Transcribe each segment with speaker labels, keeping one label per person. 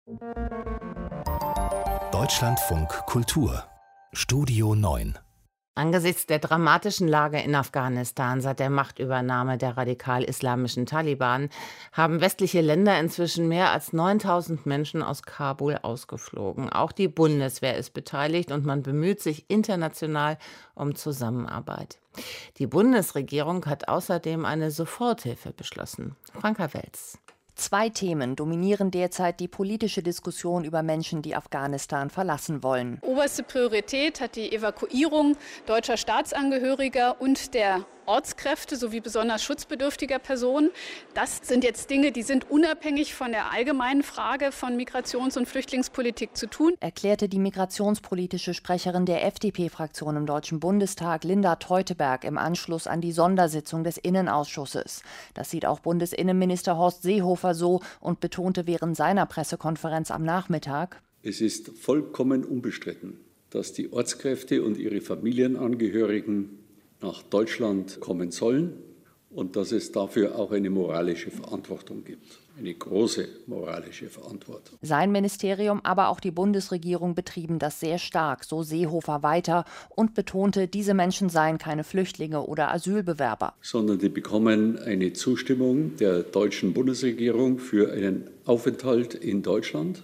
Speaker 1: Deutschlandfunk Kultur Studio 9.
Speaker 2: Angesichts der dramatischen Lage in Afghanistan seit der Machtübernahme der radikal-islamischen Taliban haben westliche Länder inzwischen mehr als 9.000 Menschen aus Kabul ausgeflogen. Auch die Bundeswehr ist beteiligt und man bemüht sich international um Zusammenarbeit. Die Bundesregierung hat außerdem eine Soforthilfe beschlossen. Franka Welz.
Speaker 3: Zwei Themen dominieren derzeit die politische Diskussion über Menschen, die Afghanistan verlassen wollen.
Speaker 4: Oberste Priorität hat die Evakuierung deutscher Staatsangehöriger und der Ortskräfte sowie besonders schutzbedürftiger Personen. Das sind jetzt Dinge, die sind unabhängig von der allgemeinen Frage von Migrations- und Flüchtlingspolitik zu tun,
Speaker 3: erklärte die migrationspolitische Sprecherin der FDP-Fraktion im Deutschen Bundestag, Linda Teuteberg, im Anschluss an die Sondersitzung des Innenausschusses. Das sieht auch Bundesinnenminister Horst Seehofer so und betonte während seiner Pressekonferenz am Nachmittag:
Speaker 5: Es ist vollkommen unbestritten, dass die Ortskräfte und ihre Familienangehörigen nach Deutschland kommen sollen und dass es dafür auch eine moralische Verantwortung gibt. Eine große moralische Verantwortung.
Speaker 3: Sein Ministerium, aber auch die Bundesregierung betrieben das sehr stark, so Seehofer weiter, und betonte, diese Menschen seien keine Flüchtlinge oder Asylbewerber.
Speaker 5: Sondern die bekommen eine Zustimmung der deutschen Bundesregierung für einen Aufenthalt in Deutschland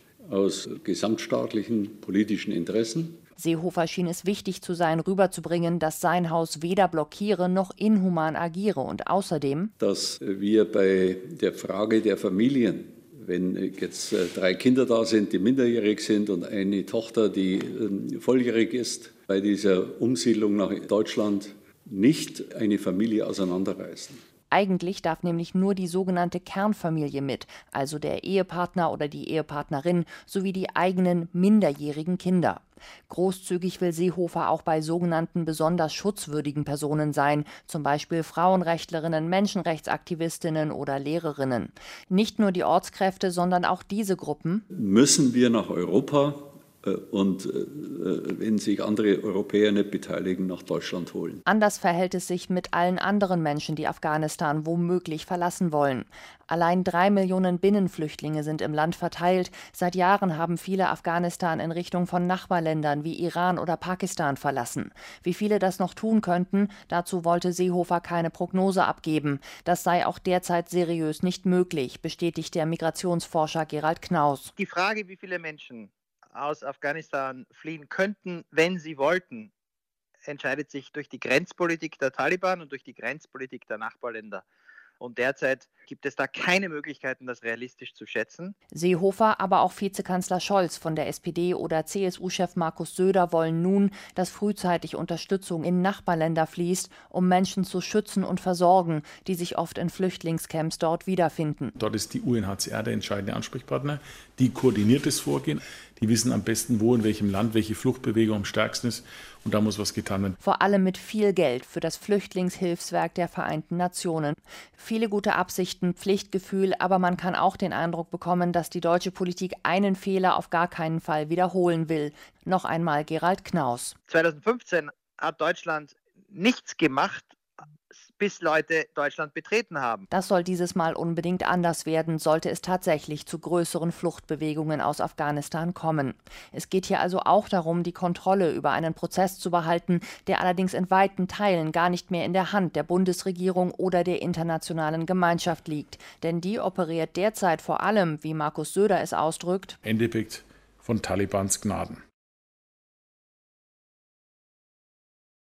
Speaker 5: aus gesamtstaatlichen politischen Interessen.
Speaker 3: Seehofer schien es wichtig zu sein, rüberzubringen, dass sein Haus weder blockiere noch inhuman agiere und außerdem,
Speaker 5: dass wir bei der Frage der Familien, wenn jetzt 3 Kinder da sind, die minderjährig sind und eine Tochter, die volljährig ist, bei dieser Umsiedlung nach Deutschland nicht eine Familie auseinanderreißen.
Speaker 3: Eigentlich darf nämlich nur die sogenannte Kernfamilie mit, also der Ehepartner oder die Ehepartnerin sowie die eigenen minderjährigen Kinder. Großzügig will Seehofer auch bei sogenannten besonders schutzwürdigen Personen sein, zum Beispiel Frauenrechtlerinnen, Menschenrechtsaktivistinnen oder Lehrerinnen. Nicht nur die Ortskräfte, sondern auch diese Gruppen
Speaker 5: müssen wir nach Europa und wenn sich andere Europäer nicht beteiligen, nach Deutschland holen.
Speaker 3: Anders verhält es sich mit allen anderen Menschen, die Afghanistan womöglich verlassen wollen. Allein 3 Millionen Binnenflüchtlinge sind im Land verteilt. Seit Jahren haben viele Afghanistan in Richtung von Nachbarländern wie Iran oder Pakistan verlassen. Wie viele das noch tun könnten, dazu wollte Seehofer keine Prognose abgeben. Das sei auch derzeit seriös nicht möglich, bestätigt der Migrationsforscher Gerald Knaus.
Speaker 6: Die Frage, wie viele Menschen aus Afghanistan fliehen könnten, wenn sie wollten, entscheidet sich durch die Grenzpolitik der Taliban und durch die Grenzpolitik der Nachbarländer. Und derzeit gibt es da keine Möglichkeiten, das realistisch zu schätzen.
Speaker 3: Seehofer, aber auch Vizekanzler Scholz von der SPD oder CSU-Chef Markus Söder wollen nun, dass frühzeitig Unterstützung in Nachbarländer fließt, um Menschen zu schützen und versorgen, die sich oft in Flüchtlingscamps dort wiederfinden.
Speaker 7: Dort ist die UNHCR der entscheidende Ansprechpartner. Die koordiniert das Vorgehen. Die wissen am besten, wo in welchem Land welche Fluchtbewegung am stärksten ist. Und da muss was getan werden.
Speaker 3: Vor allem mit viel Geld für das Flüchtlingshilfswerk der Vereinten Nationen. Viele gute Absichten, Pflichtgefühl, aber man kann auch den Eindruck bekommen, dass die deutsche Politik einen Fehler auf gar keinen Fall wiederholen will. Noch einmal Gerald Knaus.
Speaker 6: 2015 hat Deutschland nichts gemacht, bis Leute Deutschland betreten haben.
Speaker 3: Das soll dieses Mal unbedingt anders werden, sollte es tatsächlich zu größeren Fluchtbewegungen aus Afghanistan kommen. Es geht hier also auch darum, die Kontrolle über einen Prozess zu behalten, der allerdings in weiten Teilen gar nicht mehr in der Hand der Bundesregierung oder der internationalen Gemeinschaft liegt. Denn die operiert derzeit vor allem, wie Markus Söder es ausdrückt,
Speaker 7: Endeffekt von Talibans Gnaden.